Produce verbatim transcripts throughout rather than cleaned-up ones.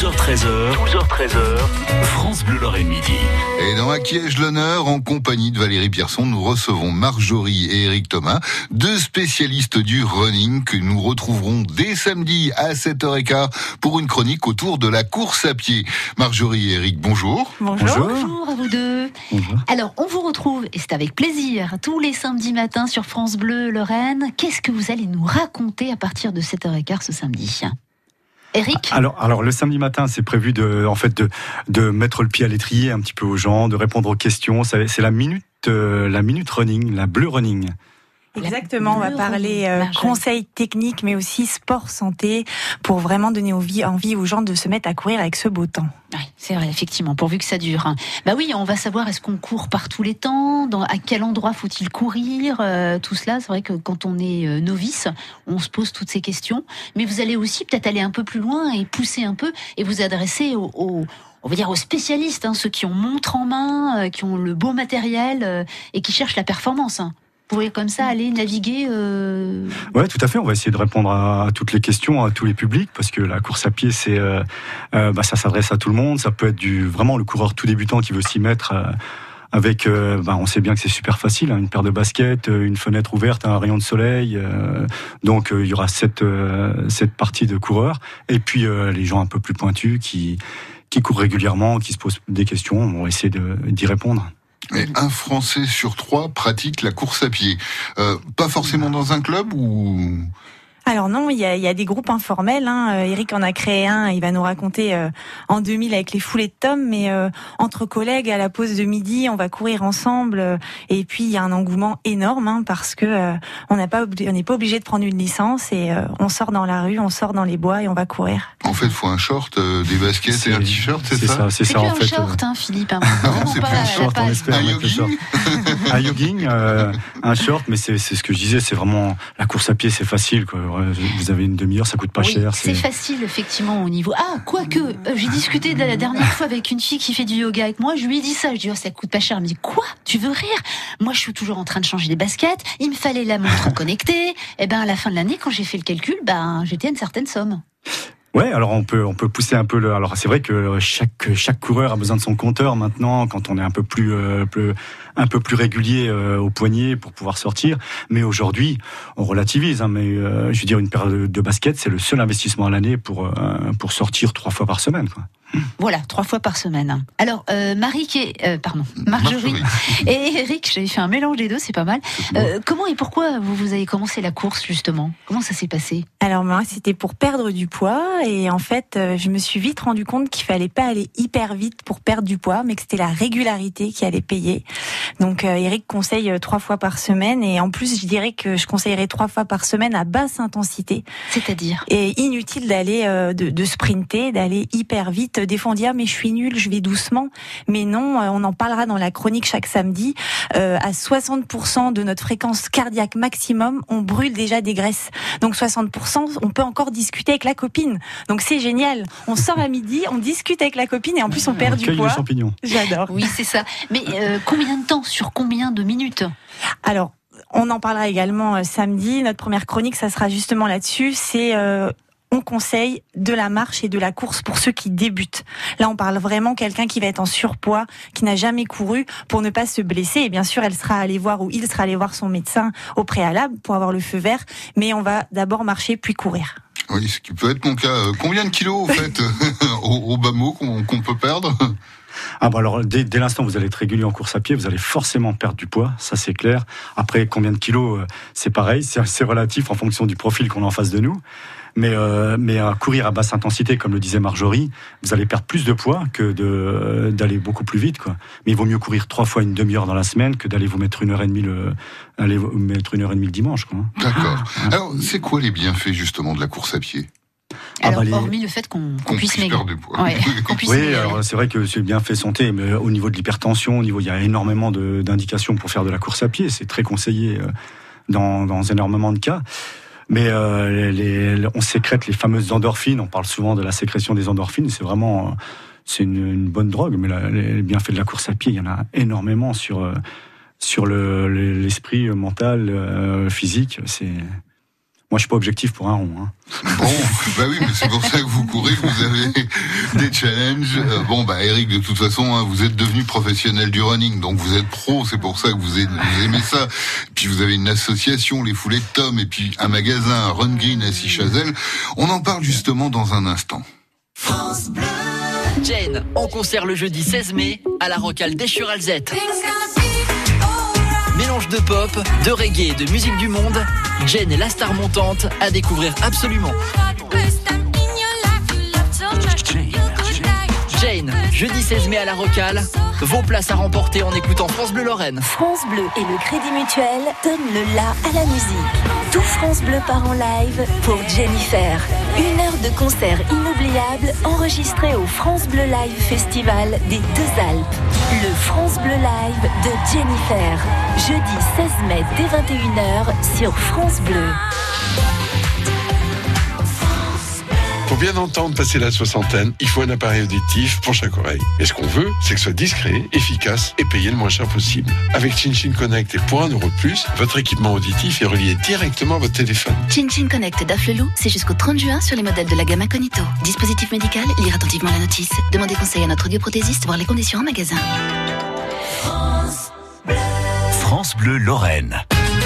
douze heures treize, douze heures treize, France Bleu Lorraine Midi. Et dans À qui ai-je l'honneur, en compagnie de Valérie Pierson, nous recevons Marjorie et Eric Thomas, deux spécialistes du running que nous retrouverons dès samedi à sept heures quinze pour une chronique autour de la course à pied. Marjorie et Eric, bonjour. Bonjour. Bonjour. Bonjour à vous deux. Bonjour. Alors, on vous retrouve, et c'est avec plaisir, tous les samedis matins sur France Bleu Lorraine. Qu'est-ce que vous allez nous raconter à partir de sept heures quinze ce samedi ? Eric ? Alors, alors le samedi matin, c'est prévu de, en fait, de, de mettre le pied à l'étrier un petit peu aux gens, de répondre aux questions. C'est, c'est la minute, euh, la minute running, la bleu running. Exactement, on va parler euh, conseils techniques, mais aussi sport santé, pour vraiment donner envie, envie aux gens de se mettre à courir avec ce beau temps. Oui, c'est vrai, effectivement, pourvu que ça dure. Hein. Bah oui, on va savoir est-ce qu'on court par tous les temps, dans, à quel endroit faut-il courir, euh, tout cela. C'est vrai que quand on est euh, novice, on se pose toutes ces questions. Mais vous allez aussi peut-être aller un peu plus loin et pousser un peu et vous adresser aux... aux on va dire aux spécialistes, hein, ceux qui ont montre en main, euh, qui ont le beau matériel euh, et qui cherchent la performance. Hein. Vous pouvez comme ça aller naviguer euh... Ouais, tout à fait. On va essayer de répondre à, à toutes les questions, à tous les publics, parce que la course à pied, c'est, euh, euh, bah, ça s'adresse à tout le monde. Ça peut être du vraiment le coureur tout débutant qui veut s'y mettre. Euh, avec, euh, bah, on sait bien que c'est super facile, hein, une paire de baskets, une fenêtre ouverte, un rayon de soleil. Euh, donc euh, il y aura cette euh, cette partie de coureurs, et puis euh, les gens un peu plus pointus qui qui courent régulièrement, qui se posent des questions. On va essayer de, d'y répondre. Et un Français sur trois pratique la course à pied. Euh, pas forcément dans un club ou... Alors non, il y a, il y a des groupes informels. Hein. Eric en a créé un, il va nous raconter euh, en deux mille avec les foulées de Tom. Mais euh, entre collègues, à la pause de midi, on va courir ensemble. Euh, et puis il y a un engouement énorme hein, parce que euh, on n'a pas, on n'est pas obligé de prendre une licence et euh, on sort dans la rue, on sort dans les bois et on va courir. En fait, il faut un short, euh, des baskets c'est, et un t-shirt, c'est, c'est ça, ça C'est, c'est ça plus en un fait. short, hein, Philippe. Hein. Non, c'est pas, plus un short, on espère. Un mettre le short. Un jogging, euh, un short, mais c'est, c'est ce que je disais, c'est vraiment la course à pied, c'est facile, quoi. Vous avez une demi-heure, ça coûte pas oui, cher. C'est... c'est facile, effectivement, au niveau... Ah, quoique, euh, j'ai discuté la dernière fois avec une fille qui fait du yoga avec moi, je lui ai dit ça, je lui ai dit, oh, ça coûte pas cher. Elle me dit, quoi ? Tu veux rire ? Moi, je suis toujours en train de changer des baskets, il me fallait la montre connectée, et ben à la fin de l'année, quand j'ai fait le calcul, ben j'étais à une certaine somme. Ouais, alors on peut on peut pousser un peu le. Alors c'est vrai que chaque chaque coureur a besoin de son compteur maintenant quand on est un peu plus euh, plus un peu plus régulier euh, au poignet pour pouvoir sortir. Mais aujourd'hui, on relativise. Hein, mais euh, je veux dire, une paire de, de baskets, c'est le seul investissement à l'année pour euh, pour sortir trois fois par semaine, quoi. Voilà, trois fois par semaine. Alors, euh, Marie qui est, euh, pardon, Marjorie, Marjorie et Eric, j'avais fait un mélange des deux, c'est pas mal. Euh, comment et pourquoi vous, vous avez commencé la course, justement ? Comment ça s'est passé ? Alors moi, c'était pour perdre du poids et en fait, je me suis vite rendu compte qu'il fallait pas aller hyper vite pour perdre du poids, mais que c'était la régularité qui allait payer. Donc, euh, Eric conseille trois fois par semaine et en plus, je dirais que je conseillerais trois fois par semaine à basse intensité. C'est-à-dire ? Et inutile d'aller euh, de, de sprinter, d'aller hyper vite. Des fois, on dit ah mais je suis nulle, je vais doucement. Mais non, on en parlera dans la chronique chaque samedi. Euh, à soixante pour cent de notre fréquence cardiaque maximum, on brûle déjà des graisses. Donc soixante pour cent, on peut encore discuter avec la copine. Donc c'est génial. On sort à midi, on discute avec la copine et en plus on perd on du poids. Les champignons. J'adore. Oui, c'est ça. Mais euh, combien de temps ? Sur combien de minutes ? Alors, on en parlera également euh, samedi. Notre première chronique, ça sera justement là-dessus. C'est euh, on conseille de la marche et de la course pour ceux qui débutent. Là, on parle vraiment quelqu'un qui va être en surpoids, qui n'a jamais couru, pour ne pas se blesser. Et bien sûr, elle sera allée voir ou il sera allé voir son médecin au préalable pour avoir le feu vert. Mais on va d'abord marcher puis courir. Oui, ce qui peut être mon cas. Combien de kilos, en fait, au, au bas mot qu'on, qu'on peut perdre ? Ah bah alors dès, dès l'instant où vous allez être régulier en course à pied, vous allez forcément perdre du poids, ça c'est clair. Après combien de kilos, c'est pareil, c'est, c'est relatif en fonction du profil qu'on a en face de nous. Mais euh, mais à courir à basse intensité, comme le disait Marjorie, vous allez perdre plus de poids que de d'aller beaucoup plus vite, quoi. Mais il vaut mieux courir trois fois une demi-heure dans la semaine que d'aller vous mettre une heure et demie le aller vous mettre une heure et demie le dimanche, quoi. D'accord. Alors c'est quoi les bienfaits justement de la course à pied ? Alors, ah bah les... hormis le fait qu'on, qu'on, qu'on puisse maigrir. Ouais, qu'on puisse oui, maigrir. alors c'est vrai que c'est bien fait santé, mais au niveau de l'hypertension, au niveau, il y a énormément de, d'indications pour faire de la course à pied. C'est très conseillé dans, dans énormément de cas. Mais euh, les, les, on sécrète les fameuses endorphines. On parle souvent de la sécrétion des endorphines. C'est vraiment, c'est une, une bonne drogue. Mais la, les bienfaits de la course à pied, il y en a énormément sur sur le, l'esprit mental, euh, physique. C'est Moi, je suis pas objectif pour un rond. Hein. Bon, bah oui, mais c'est pour ça que vous courez, que vous avez des challenges. Euh, bon, bah Eric, de toute façon, hein, vous êtes devenu professionnel du running, donc vous êtes pro, c'est pour ça que vous aimez, vous aimez ça. Puis vous avez une association, les Foulées de Tom, et puis un magasin, Run Green à Sichazel. On en parle justement dans un instant. France Bleu. Jane, en concert le jeudi seize mai à la Rocale d'Esch-sur-Alzette. Mélange de pop, de reggae et de musique du monde, Jane est la star montante à découvrir absolument. Jane, jeudi seize mai à la Rocale, vos places à remporter en écoutant France Bleu Lorraine. France Bleu et le Crédit Mutuel donnent le la à la musique. Tout France Bleu part en live pour Jennifer. Une heure de concert inoubliable enregistré au France Bleu Live Festival des Deux Alpes. Le France Bleu Live de Jennifer. Jeudi seize mai dès vingt et une heures sur France Bleu. Pour bien entendre passer la soixantaine, il faut un appareil auditif pour chaque oreille. Mais ce qu'on veut, c'est que ce soit discret, efficace et payé le moins cher possible. Avec ChinChin Connect et pour un euro de plus, votre équipement auditif est relié directement à votre téléphone. ChinChin Connect d'Afflelou, c'est jusqu'au trente juin sur les modèles de la gamme Incognito. Dispositif médical, lire attentivement la notice. Demandez conseil à notre audioprothésiste, voir les conditions en magasin. France Bleu, France Bleu Lorraine.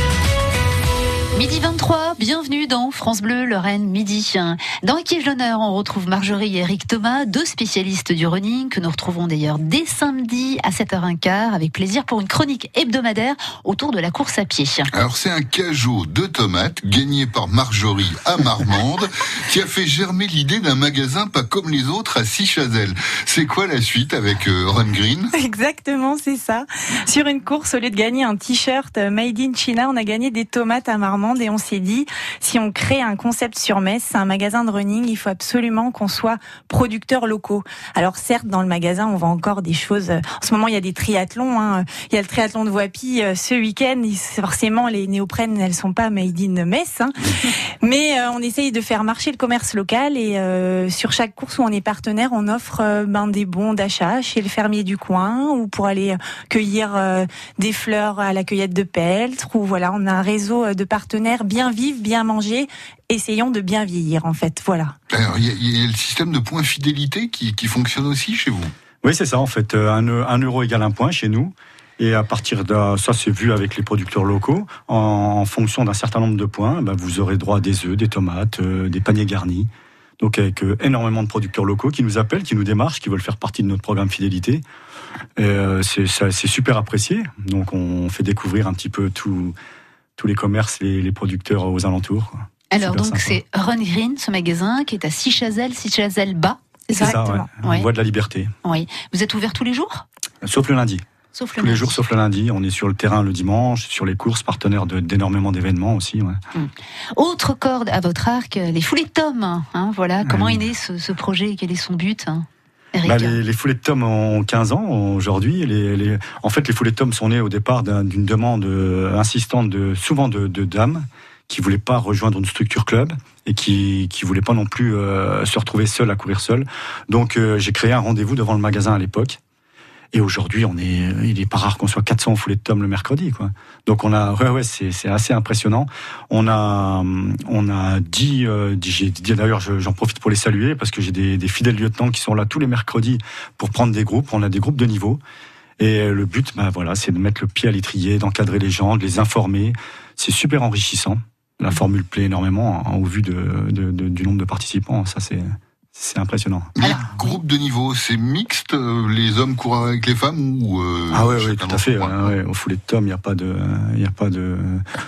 Midi vingt-trois, bienvenue dans France Bleu Lorraine Midi. Dans À qui ai-je l'honneur, on retrouve Marjorie et Eric Thomas, deux spécialistes du running que nous retrouvons d'ailleurs dès samedi à sept heures quinze avec plaisir pour une chronique hebdomadaire autour de la course à pied. Alors c'est un cajot de tomates gagné par Marjorie à Marmande qui a fait germer l'idée d'un magasin pas comme les autres à Sichazel. C'est quoi la suite avec euh, Run Green ? Exactement, c'est ça. Sur une course, au lieu de gagner un t-shirt Made in China, on a gagné des tomates à Marmande. Et on s'est dit, si on crée un concept sur Metz, c'est un magasin de running, il faut absolument qu'on soit producteurs locaux. Alors certes, dans le magasin, on vend encore des choses. En ce moment, il y a des triathlons. Hein. Il y a le triathlon de Voipy ce week-end. Forcément, les néoprènes, elles sont pas made in Metz. Hein. Mais euh, on essaye de faire marcher le commerce local. Et euh, sur chaque course où on est partenaire, on offre euh, ben, des bons d'achat chez le fermier du coin ou pour aller cueillir euh, des fleurs à la cueillette de Peltre. Ou voilà, on a un réseau de partenaires. Bien vivre, bien manger, essayons de bien vieillir en fait, voilà. Alors il y, y a le système de points fidélité qui, qui fonctionne aussi chez vous ? Oui, c'est ça en fait, un, un euro égale un point chez nous. Et à partir de ça, c'est vu avec les producteurs locaux. En, en fonction d'un certain nombre de points, bah, vous aurez droit à des œufs, des tomates, euh, des paniers garnis. Donc avec euh, énormément de producteurs locaux qui nous appellent, qui nous démarchent, qui veulent faire partie de notre programme fidélité. Et, euh, c'est, ça, c'est super apprécié. Donc on fait découvrir un petit peu tout. tous les commerces, les, les producteurs aux alentours. Alors Super donc sympa. c'est Run Green, ce magasin qui est à Sichazel, Sichazel bas. C'est ça, ouais. Ouais. Voie de la Liberté. Oui. Vous êtes ouvert tous les jours ? Sauf le lundi. Sauf le tous lundi. les jours sauf le lundi. On est sur le terrain le dimanche, sur les courses, partenaires de, d'énormément d'événements aussi. Ouais. Hum. Autre corde à votre arc, les Foulées de Tom. Hein, voilà. Comment oui. est né ce, ce projet ? Quel est son but ? Bah, les, les Foulées de Tom ont quinze ans aujourd'hui. Les, les, en fait, les Foulées de Tom sont nées au départ d'un, d'une demande insistante de, souvent de, de dames qui voulaient pas rejoindre une structure club et qui qui voulaient pas non plus euh, se retrouver seules à courir seules. Donc euh, j'ai créé un rendez-vous devant le magasin à l'époque. Et aujourd'hui, on est, il est pas rare qu'on soit quatre cents Foulées de Tom le mercredi, quoi. Donc on a, ouais, ouais, c'est, c'est assez impressionnant. On a, on a dit, euh, j'ai dit, d'ailleurs, j'en profite pour les saluer parce que j'ai des, des fidèles lieutenants qui sont là tous les mercredis pour prendre des groupes. On a des groupes de niveau. Et le but, bah voilà, c'est de mettre le pied à l'étrier, d'encadrer les gens, de les informer. C'est super enrichissant. La formule plaît énormément hein, au vu de, de, de, du nombre de participants. Ça, c'est, c'est impressionnant. Alors, groupe de niveau, c'est mixte, les hommes courent avec les femmes ou euh, ah ouais, ouais tout à fait. Ouais, ouais. Au Foulées de Tom, il n'y a pas de, il y a pas de,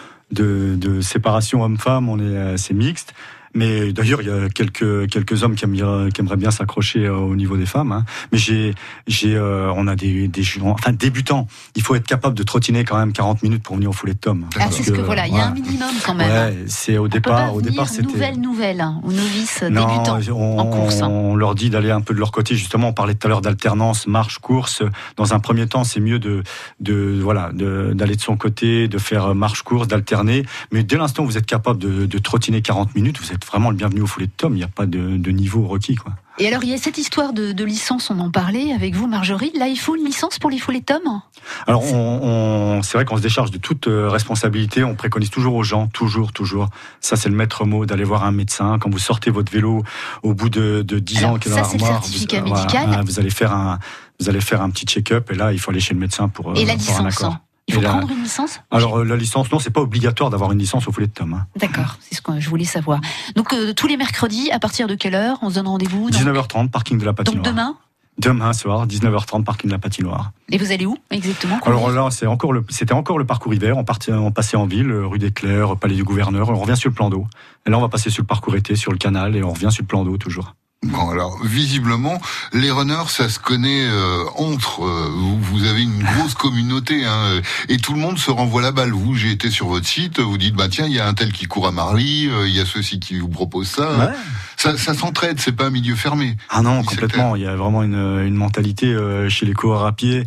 de, de séparation homme-femme. On est, c'est mixte. Mais d'ailleurs, il y a quelques quelques hommes qui, aiment, qui aimeraient bien s'accrocher au niveau des femmes. Hein. Mais j'ai j'ai euh, on a des des enfin débutants. Il faut être capable de trottiner quand même quarante minutes pour venir au Foulées de Tom. Ah, c'est ce que voilà, il y a un minimum quand même. Ouais, c'est au on départ peut pas au départ c'était nouvelle nouvelle hein, aux novices non, débutants on, en course. On leur dit d'aller un peu de leur côté justement. On parlait tout à l'heure d'alternance, marche, course. Dans un premier temps, c'est mieux de de voilà de, d'aller de son côté, de faire marche, course, d'alterner. Mais dès l'instant où vous êtes capable de, de trottiner quarante minutes, vous êtes vraiment le bienvenu au Foulées de Tom. Il n'y a pas de, de niveau requis, quoi. Et alors, il y a cette histoire de, de licence, on en parlait avec vous, Marjorie. Là, il faut une licence pour les fouler de tomes ? Alors, on, on, c'est vrai qu'on se décharge de toute responsabilité. On préconise toujours aux gens, toujours, toujours. Ça, c'est le maître mot, d'aller voir un médecin. Quand vous sortez votre vélo au bout de, de dix alors, ans, ça, c'est le certificat vous, médical. Voilà, vous allez faire un, vous allez faire un petit check-up et là, il faut aller chez le médecin pour, et la pour un accord. Il faut et prendre la... une licence ? Alors, la licence, non, c'est pas obligatoire d'avoir une licence au foulet de tomes. Hein. D'accord, c'est ce que je voulais savoir. Donc, euh, tous les mercredis, à partir de quelle heure on se donne rendez-vous ? donc... dix-neuf heures trente, parking de la patinoire. Donc demain ? Demain soir, dix-neuf heures trente, parking de la patinoire. Et vous allez où exactement ? Alors là, c'est encore le, c'était encore le parcours hiver. On, partait, on passait en ville, rue des Clercs, palais du gouverneur. On revient sur le plan d'eau. Et là, on va passer sur le parcours été, sur le canal, et on revient sur le plan d'eau toujours. Bon, alors, visiblement, les runners, ça se connaît euh, entre. Euh, vous, vous avez une grosse communauté, hein, et tout le monde se renvoie la balle. Vous, j'ai été sur votre site, vous dites, bah tiens, il y a un tel qui court à Marly, euh, il y a ceux-ci qui vous proposent ça. Ouais. Ça, ça s'entraide, c'est pas un milieu fermé. Ah non, complètement. Il y a vraiment une, une mentalité euh, chez les coureurs à pied.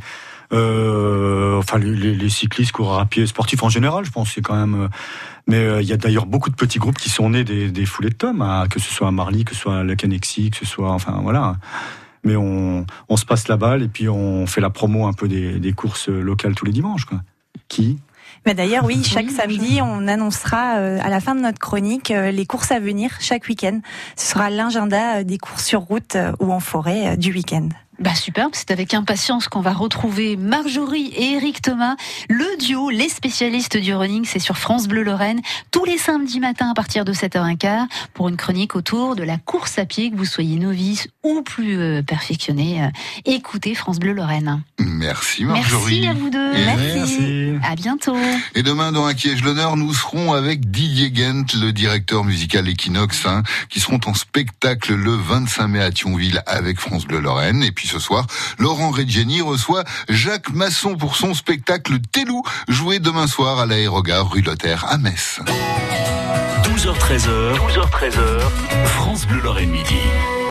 Euh, enfin, les, les cyclistes, coureurs à pied, sportifs en général, je pense, c'est quand même. Euh, mais euh, il y a d'ailleurs beaucoup de petits groupes qui sont nés des, des foulées de tomes, hein, que ce soit à Marly, que ce soit à la Canexie, que ce soit, enfin voilà. Mais on, on se passe la balle et puis on fait la promo un peu des, des courses locales tous les dimanches, quoi. Qui Mais d'ailleurs, oui, chaque samedi, on annoncera euh, à la fin de notre chronique euh, les courses à venir chaque week-end. Ce sera l'agenda euh, des courses sur route euh, ou en forêt euh, du week-end. Bah superbe, c'est avec impatience qu'on va retrouver Marjorie et Éric Thomas, le duo, les spécialistes du running, c'est sur France Bleu Lorraine, tous les samedis matins à partir de sept heures quinze, pour une chronique autour de la course à pied, que vous soyez novice ou plus euh, perfectionné. Euh, écoutez France Bleu Lorraine. Merci Marjorie. Merci à vous deux. Et Merci. Merci. À bientôt. Et demain, dans Un qui ai-je l'honneur, nous serons avec Didier Gent, le directeur musical Equinox, hein, qui seront en spectacle le vingt-cinq mai à Thionville avec France Bleu Lorraine. Et puis ce soir, Laurent Reggiani reçoit Jacques Masson pour son spectacle Télou, joué demain soir à l'Aérogare rue Lothaire à Metz. douze heures treize, douze heures treize, France Bleu Lorraine midi.